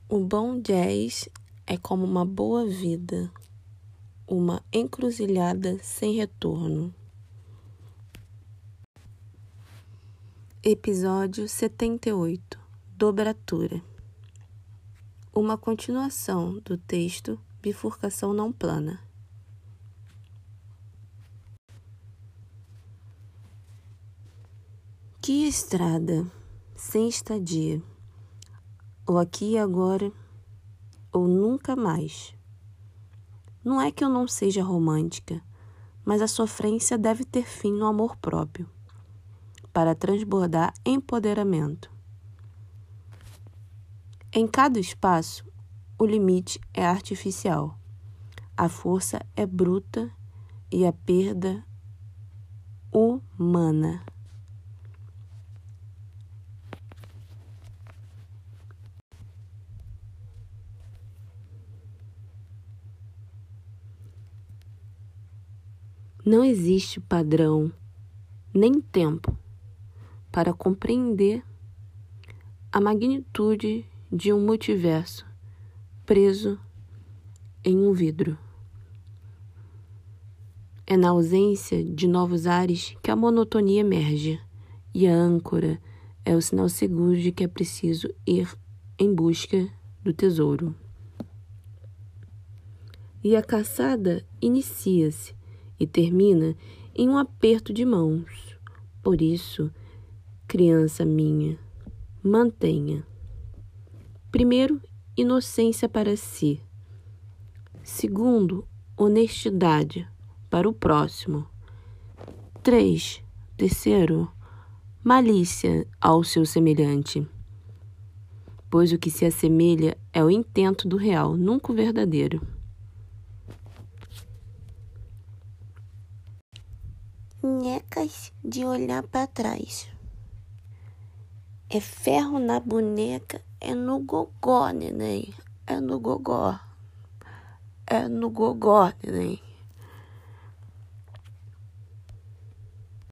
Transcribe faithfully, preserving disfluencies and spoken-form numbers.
O bom jazz é como uma boa vida, uma encruzilhada sem retorno. Episódio setenta e oito. Dobratura. Uma continuação do texto Bifurcação Não Plana. Que estrada, sem estadia, ou aqui e agora, ou nunca mais. Não é que eu não seja romântica, mas a sofrência deve ter fim no amor próprio, para transbordar empoderamento. Em cada espaço, o limite é artificial, a força é bruta e a perda humana. Não existe padrão, nem tempo, para compreender a magnitude de um multiverso preso em um vidro. É na ausência de novos ares que a monotonia emerge, e a âncora é o sinal seguro de que é preciso ir em busca do tesouro. E a caçada inicia-se e termina em um aperto de mãos. Por isso, criança minha, mantenha. Primeiro, inocência para si. Segundo, honestidade para o próximo. Três, terceiro, malícia ao seu semelhante. Pois o que se assemelha é o intento do real, nunca o verdadeiro. Necas de olhar para trás. É ferro na boneca, é no gogó, neném. É no gogó. É no gogó, neném.